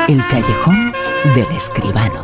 El callejón del escribano.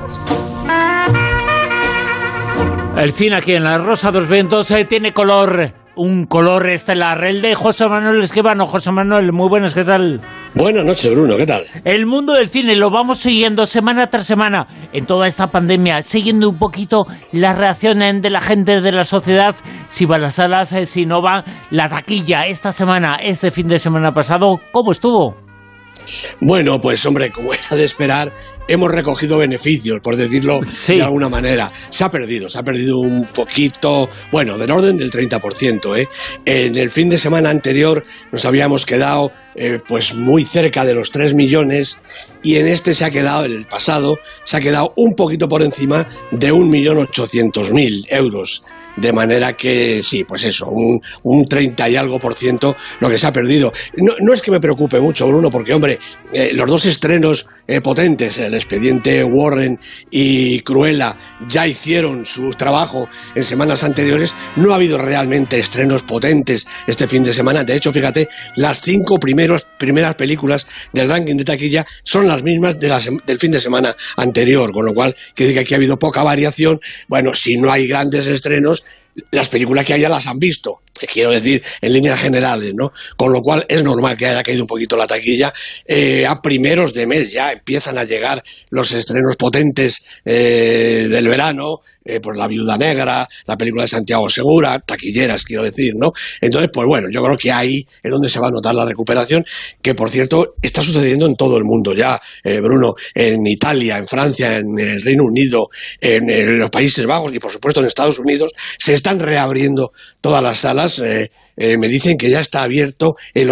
El cine aquí en La Rosa de los Vientos tiene color, un color estelar, el de José Manuel Escribano. José Manuel, muy buenas, ¿qué tal? Buenas noches, Bruno, ¿qué tal? El mundo del cine lo vamos siguiendo semana tras semana en toda esta pandemia, siguiendo un poquito la reacción de la gente, de la sociedad, si va a las salas, si no va, la taquilla esta semana, este fin de semana pasado, ¿cómo estuvo? Bueno, pues hombre, como era de esperar, hemos recogido beneficios, por decirlo de alguna manera. Se ha perdido un poquito, bueno, del orden del 30%, ¿eh? En el fin de semana anterior nos habíamos quedado pues muy cerca de los 3 millones y en este se ha quedado, en el pasado, se ha quedado un poquito por encima de 1.800.000 euros. De manera que sí, pues eso, un 30 y algo % lo que se ha perdido. No es que me preocupe mucho, Bruno, porque hombre, los dos estrenos potentes, el expediente Warren y Cruella, ya hicieron su trabajo en semanas anteriores. No ha habido realmente estrenos potentes este fin de semana. De hecho, fíjate, las 5 primeras películas del ranking de taquilla son las mismas del fin de semana anterior, con lo cual que diga que ha habido poca variación. Bueno, si no hay grandes estrenos, las películas que haya las han visto, quiero decir, en líneas generales, ¿no? Con lo cual es normal que haya caído un poquito la taquilla. A primeros de mes ya empiezan a llegar los estrenos potentes del verano, pues La Viuda Negra, la película de Santiago Segura, taquilleras, quiero decir, ¿no? Entonces, pues bueno, yo creo que ahí es donde se va a notar la recuperación, que por cierto está sucediendo en todo el mundo ya, Bruno, en Italia, en Francia, en el Reino Unido, en los Países Bajos y por supuesto en Estados Unidos, se están reabriendo todas las salas. Me dicen que ya está abierto el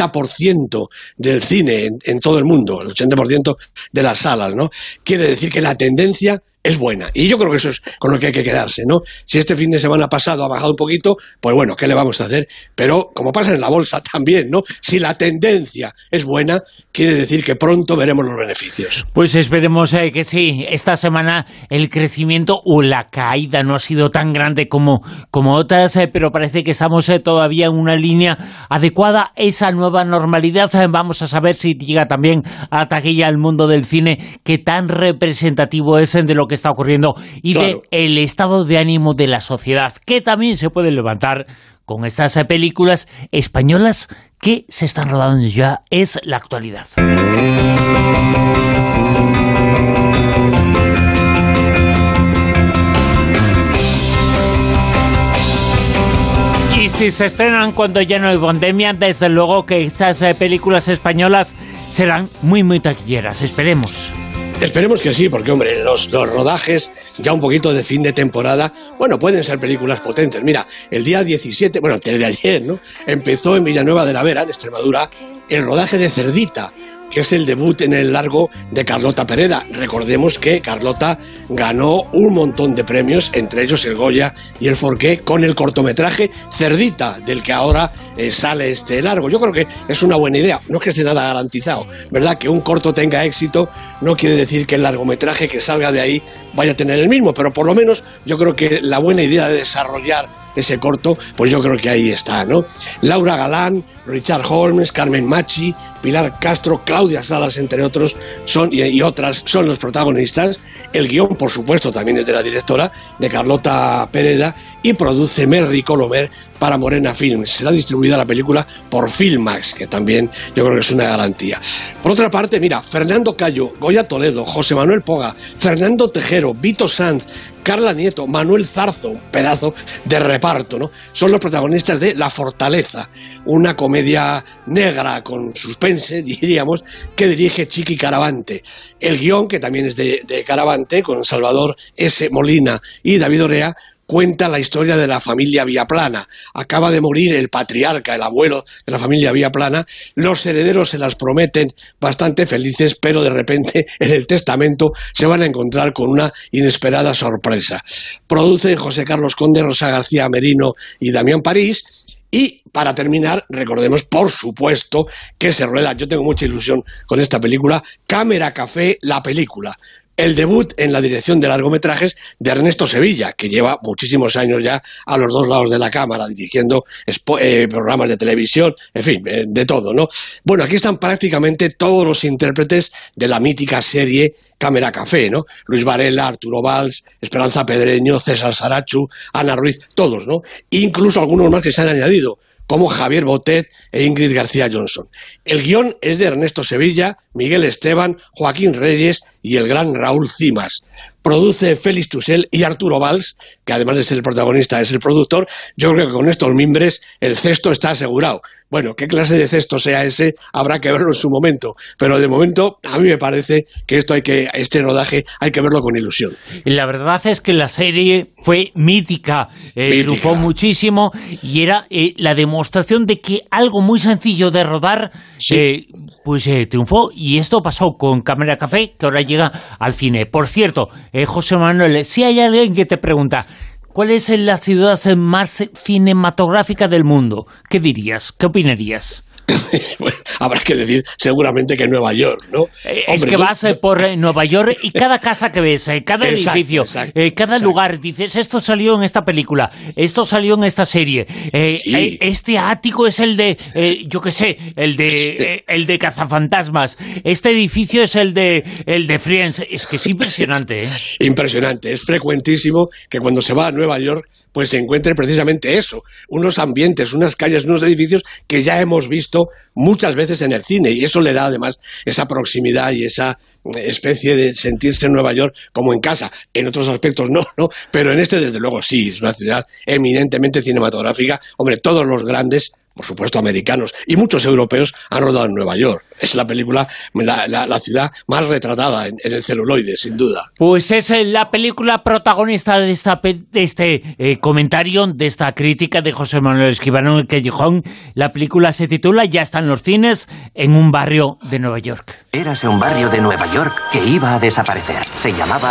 80% del cine en todo el mundo, el 80% de las salas, ¿no? Quiere decir que la tendencia es buena. Y yo creo que eso es con lo que hay que quedarse, ¿no? Si este fin de semana pasado ha bajado un poquito, pues bueno, ¿qué le vamos a hacer? Pero como pasa en la bolsa también, ¿no? Si la tendencia es buena, quiere decir que pronto veremos los beneficios. Pues esperemos que sí. Esta semana el crecimiento o la caída no ha sido tan grande como otras, pero parece que estamos todavía en una línea adecuada. Esa nueva normalidad, vamos a saber si llega también a taquilla al mundo del cine, qué tan representativo es de lo que está ocurriendo y claro, del estado de ánimo de la sociedad, que también se puede levantar con estas películas españolas que se están rodando ya. Es la actualidad. Y si se estrenan cuando ya no hay pandemia, desde luego que esas películas españolas serán muy, muy taquilleras. Esperemos. Esperemos que sí, porque hombre, los rodajes ya un poquito de fin de temporada, bueno, pueden ser películas potentes. Mira, el día 17, bueno, antes de ayer, ¿no? Empezó en Villanueva de la Vera, en Extremadura, el rodaje de Cerdita, que es el debut en el largo de Carlota Pereda. Recordemos que Carlota ganó un montón de premios, entre ellos el Goya y el Forqué, con el cortometraje Cerdita, del que ahora sale este largo. Yo creo que es una buena idea. No es que esté nada garantizado, ¿verdad? Que un corto tenga éxito no quiere decir que el largometraje que salga de ahí vaya a tener el mismo, pero por lo menos yo creo que la buena idea de desarrollar ese corto, pues yo creo que ahí está, ¿no? Laura Galán, Richard Holmes, Carmen Machi, Pilar Castro, Claudia Salas, entre otros, y otras son los protagonistas. El guión, por supuesto, también es de la directora, de Carlota Pereda, y produce Merry Colomer para Morena Films. Será distribuida la película por Filmax, que también yo creo que es una garantía. Por otra parte, mira, Fernando Cayo, Goya Toledo, José Manuel Poga, Fernando Tejero, Vito Sanz, Carla Nieto, Manuel Zarzo, un pedazo de reparto, ¿no? Son los protagonistas de La Fortaleza, una comedia negra con suspense, diríamos, que dirige Chiqui Caravante. El guión, que también es de Caravante, con Salvador S. Molina y David Orea, cuenta la historia de la familia Viaplana. Acaba de morir el patriarca, el abuelo de la familia Viaplana. Los herederos se las prometen bastante felices, pero de repente en el testamento se van a encontrar con una inesperada sorpresa. Producen José Carlos Conde, Rosa García Merino y Damián París. Y para terminar, recordemos, por supuesto, que se rueda, yo tengo mucha ilusión con esta película, Cámara Café, la película, el debut en la dirección de largometrajes de Ernesto Sevilla, que lleva muchísimos años ya a los dos lados de la cámara, dirigiendo programas de televisión, en fin, de todo, ¿no? Bueno, aquí están prácticamente todos los intérpretes de la mítica serie Cámara Café, ¿no? Luis Varela, Arturo Valls, Esperanza Pedreño, César Sarachu, Ana Ruiz, todos, ¿no? Incluso algunos más que se han añadido, como Javier Botet e Ingrid García Johnson. El guión es de Ernesto Sevilla, Miguel Esteban, Joaquín Reyes y el gran Raúl Cimas. Produce Félix Tusell y Arturo Valls, que además de ser el protagonista es el productor. Yo creo que con estos mimbres el cesto está asegurado. Bueno, qué clase de cesto sea ese habrá que verlo en su momento, pero de momento a mí me parece que este rodaje hay que verlo con ilusión. Y la verdad es que la serie fue mítica, triunfó muchísimo y era la demostración de que algo muy sencillo de rodar triunfó, y esto pasó con Cámara Café, que ahora llega al cine. Por cierto, José Manuel, si hay alguien que te pregunta ¿cuál es la ciudad más cinematográfica del mundo? ¿Qué dirías? ¿Qué opinarías? Bueno, habrá que decir seguramente que Nueva York, ¿no? Es que vas por Nueva York y cada casa que ves, cada edificio, cada lugar, dices, esto salió en esta película, esto salió en esta serie, este ático es el de, yo qué sé, el de Cazafantasmas, este edificio es el de Friends. Es que es impresionante, ¿eh? Impresionante, es frecuentísimo que cuando se va a Nueva York pues se encuentre precisamente eso, unos ambientes, unas calles, unos edificios que ya hemos visto muchas veces en el cine, y eso le da además esa proximidad y esa especie de sentirse en Nueva York como en casa. En otros aspectos no, pero en este desde luego sí, es una ciudad eminentemente cinematográfica. Hombre, todos los grandes, por supuesto americanos y muchos europeos, han rodado en Nueva York. Es la película, la ciudad más retratada en el celuloide, sin duda. Pues es la película protagonista de este comentario, de esta crítica de José Manuel Escribano en el Callejón. La película se titula, ya está en los cines, En un barrio de Nueva York. Érase un barrio de Nueva York que iba a desaparecer. Se llamaba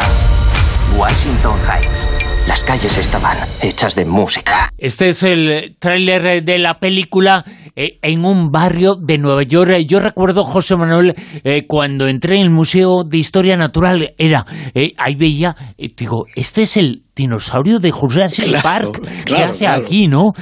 Washington Heights. Las calles estaban hechas de música. Este es el tráiler de la película En un barrio de Nueva York. Yo recuerdo, José Manuel, cuando entré en el Museo de Historia Natural, ahí veía, digo, este es el dinosaurio de Jurassic Park. ¿Qué hace aquí, no?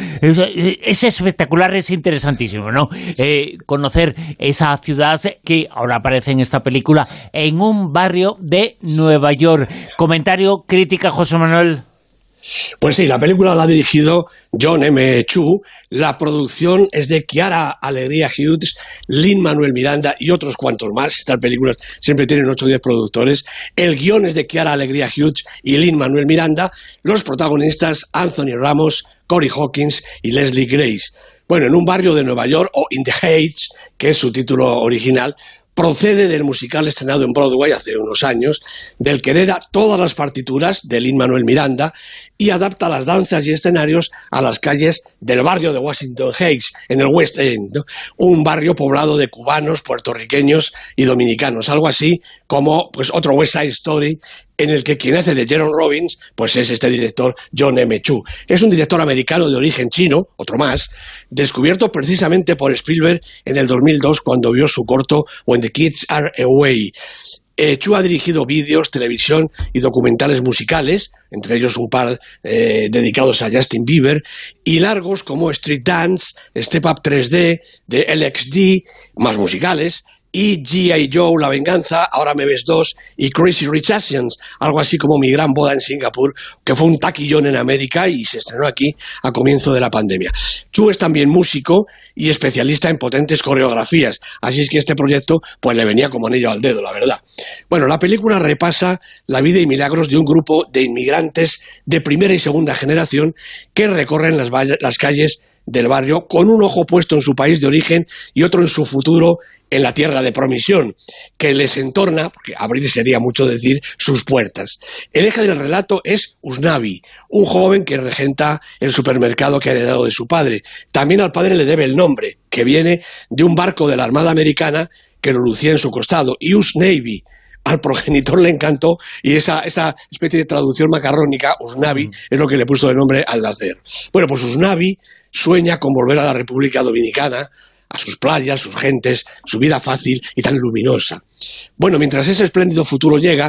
Es espectacular, es interesantísimo, ¿no? Conocer esa ciudad que ahora aparece en esta película, En un barrio de Nueva York. Comentario, crítica, José Manuel. Pues sí, la película la ha dirigido John M. Chu, la producción es de Chiara Alegría Hughes, Lin-Manuel Miranda y otros cuantos más. Estas películas siempre tienen 8 o 10 productores. El guión es de Chiara Alegría Hughes y Lin-Manuel Miranda. Los protagonistas, Anthony Ramos, Corey Hawkins y Leslie Grace. Bueno, En un barrio de Nueva York, o In the Heights, que es su título original, procede del musical estrenado en Broadway hace unos años, del que hereda todas las partituras de Lin-Manuel Miranda y adapta las danzas y escenarios a las calles del barrio de Washington Heights, en el West End, ¿no? Un barrio poblado de cubanos, puertorriqueños y dominicanos, algo así como pues otro West Side Story, en el que quien hace de Jerome Robbins pues es este director John M. Chu. Es un director americano de origen chino, otro más, descubierto precisamente por Spielberg en el 2002 cuando vio su corto When the Kids Are Away. Chu ha dirigido vídeos, televisión y documentales musicales, entre ellos un par dedicados a Justin Bieber, y largos como Street Dance, Step Up 3D, de LXD, más musicales, y G.I. Joe, La Venganza, Ahora me ves 2 y Crazy Rich Asians, algo así como Mi gran boda en Singapur, que fue un taquillón en América y se estrenó aquí a comienzo de la pandemia. Chu es también músico y especialista en potentes coreografías, así es que este proyecto pues le venía como anillo al dedo, la verdad. Bueno, la película repasa la vida y milagros de un grupo de inmigrantes de primera y segunda generación que recorren las calles del barrio con un ojo puesto en su país de origen y otro en su futuro en la tierra de promisión, que les entorna, porque abrir sería mucho decir, sus puertas. El eje del relato es Usnavi, un joven que regenta el supermercado que ha heredado de su padre. También al padre le debe el nombre, que viene de un barco de la Armada Americana que lo lucía en su costado, US Navy. Al progenitor le encantó y esa especie de traducción macarrónica, Usnavi, es lo que le puso de nombre al nacer. Bueno, pues Usnavi sueña con volver a la República Dominicana, a sus playas, sus gentes, su vida fácil y tan luminosa. Bueno, mientras ese espléndido futuro llega,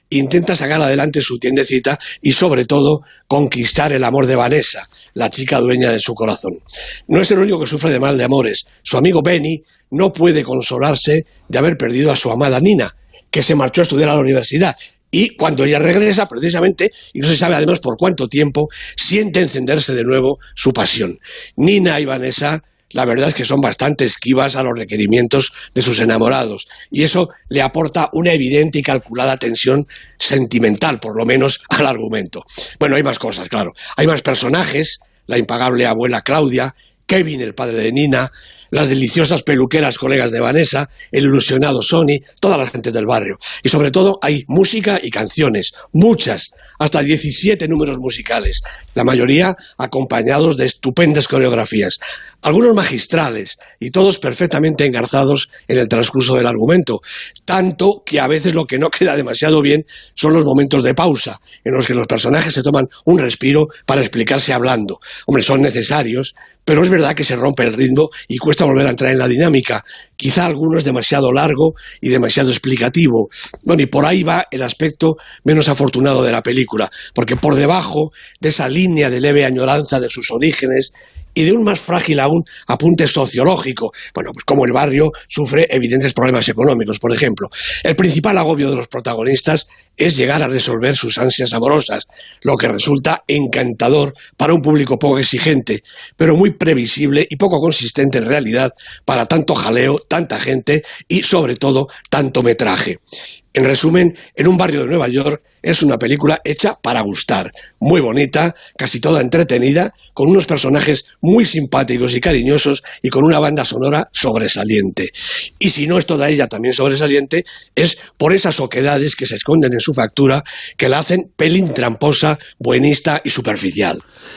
intenta sacar adelante su tiendecita y sobre todo conquistar el amor de Vanessa, la chica dueña de su corazón. No es el único que sufre de mal de amores. Su amigo Benny no puede consolarse de haber perdido a su amada Nina, que se marchó a estudiar a la universidad. Y cuando ella regresa, precisamente, y no se sabe además por cuánto tiempo, siente encenderse de nuevo su pasión. Nina y Vanessa, la verdad es que son bastante esquivas a los requerimientos de sus enamorados, y eso le aporta una evidente y calculada tensión sentimental, por lo menos, al argumento. Bueno, hay más cosas, claro. Hay más personajes, la impagable abuela Claudia, Kevin, el padre de Nina, las deliciosas peluqueras colegas de Vanessa, el ilusionado Sonny, toda la gente del barrio. Y sobre todo hay música y canciones, muchas, hasta 17 números musicales, la mayoría acompañados de estupendas coreografías, algunos magistrales y todos perfectamente engarzados en el transcurso del argumento, tanto que a veces lo que no queda demasiado bien son los momentos de pausa, en los que los personajes se toman un respiro para explicarse hablando. Hombre, son necesarios, pero es verdad que se rompe el ritmo y cuesta volver a entrar en la dinámica. Quizá alguno es demasiado largo y demasiado explicativo. Bueno, y por ahí va el aspecto menos afortunado de la película, porque por debajo de esa línea de leve añoranza de sus orígenes y de un más frágil aún apunte sociológico, bueno, pues como el barrio sufre evidentes problemas económicos, por ejemplo. El principal agobio de los protagonistas es llegar a resolver sus ansias amorosas, lo que resulta encantador para un público poco exigente, pero muy previsible y poco consistente en realidad para tanto jaleo, tanta gente y, sobre todo, tanto metraje. En resumen, En un barrio de Nueva York es una película hecha para gustar, muy bonita, casi toda entretenida, con unos personajes muy simpáticos y cariñosos y con una banda sonora sobresaliente. Y si no es toda ella también sobresaliente, es por esas oquedades que se esconden en su factura que la hacen pelín tramposa, buenista y superficial.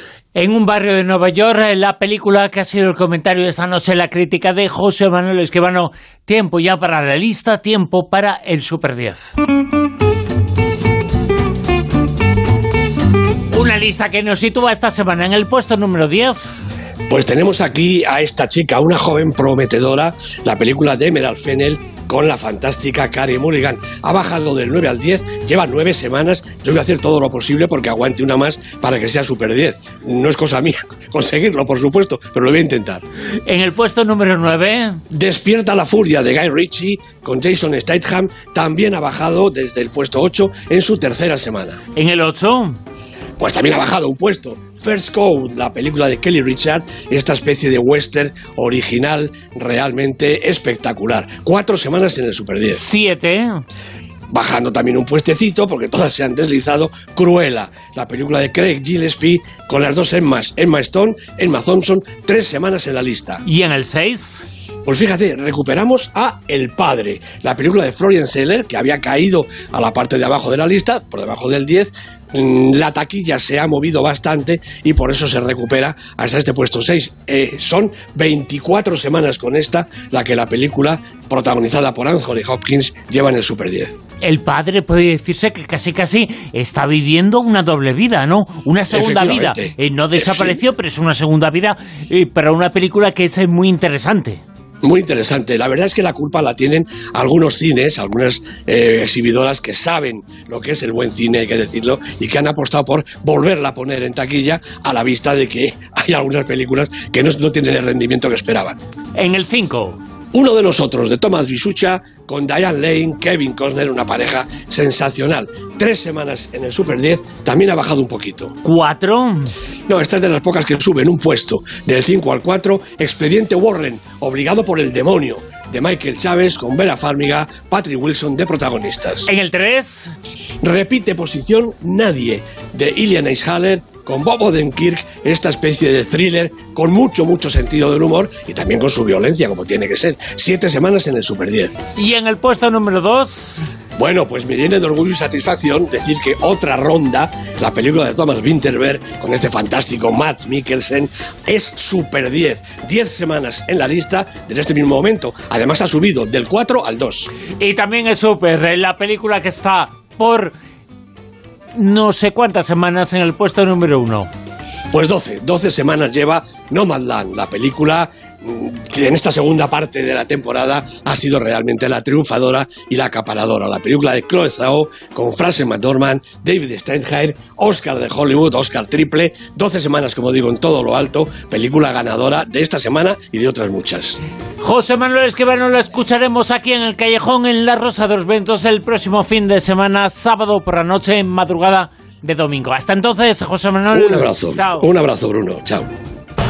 En un barrio de Nueva York, la película que ha sido el comentario de esta noche, la crítica de José Manuel Escribano. Tiempo ya para la lista, tiempo para el Super 10. Una lista que nos sitúa esta semana en el puesto número 10. Pues tenemos aquí a esta chica, una joven prometedora, la película de Emerald Fennell, con la fantástica Carey Mulligan. Ha bajado del 9 al 10, lleva 9 semanas. Yo voy a hacer todo lo posible porque aguante una más para que sea Super 10. No es cosa mía conseguirlo, por supuesto, pero lo voy a intentar. En el puesto número 9... Despierta la furia de Guy Ritchie con Jason Statham. También ha bajado desde el puesto 8 en su tercera semana. En el 8... pues también ha bajado un puesto. First Cow, la película de Kelly Richard, esta especie de western original realmente espectacular. 4 semanas en el Super 10. 7. Bajando también un puestecito, porque todas se han deslizado, Cruella, la película de Craig Gillespie, con las dos Emmas, Emma Stone, Emma Thompson, 3 semanas en la lista. ¿Y en el 6? Pues fíjate, recuperamos a El Padre, la película de Florian Zeller, que había caído a la parte de abajo de la lista, por debajo del 10. La taquilla se ha movido bastante y por eso se recupera hasta este puesto 6. Son 24 semanas con esta la que la película, protagonizada por Anthony Hopkins, lleva en el Super 10. El Padre puede decirse que casi está viviendo una doble vida, ¿no? Una segunda vida. No desapareció, sí, pero es una segunda vida para una película que es muy interesante. Muy interesante. La verdad es que la culpa la tienen algunos cines, algunas exhibidoras que saben lo que es el buen cine, hay que decirlo, y que han apostado por volverla a poner en taquilla a la vista de que hay algunas películas que no tienen el rendimiento que esperaban. En el 5... Uno de nosotros, de Thomas Bisucha, con Diane Lane, Kevin Costner, una pareja sensacional. 3 semanas en el Super 10, también ha bajado un poquito. 4. No, esta es de las pocas que suben un puesto. Del 5 al 4, Expediente Warren, obligado por el demonio, de Michael Chávez, con Vera Farmiga, Patrick Wilson de protagonistas. En el 3... repite posición Nadie, de Ilian Eichhaller, con Bob Odenkirk, esta especie de thriller con mucho sentido del humor y también con su violencia, como tiene que ser. 7 semanas en el Super 10. ¿Y en el puesto número 2? Bueno, pues me llena de orgullo y satisfacción decir que otra ronda, la película de Thomas Vinterberg, con este fantástico Mads Mikkelsen, es Super 10. 10 semanas en la lista desde este mismo momento. Además ha subido del 4 al 2. Y también es Super, la película que está por no sé cuántas semanas en el puesto número 1. Pues 12 semanas lleva Nomadland, la película en esta segunda parte de la temporada ha sido realmente la triunfadora y la acaparadora. La película de Chloe Zhao con Frances McDormand, David Strathairn, Oscar de Hollywood, Oscar triple, 12 semanas, como digo, en todo lo alto, película ganadora de esta semana y de otras muchas. José Manuel Escribano lo escucharemos aquí en el Callejón, en La Rosa de los Vientos, el próximo fin de semana, sábado por la noche, en madrugada de domingo. Hasta entonces, José Manuel. Un abrazo. Chao. Un abrazo, Bruno. Chao.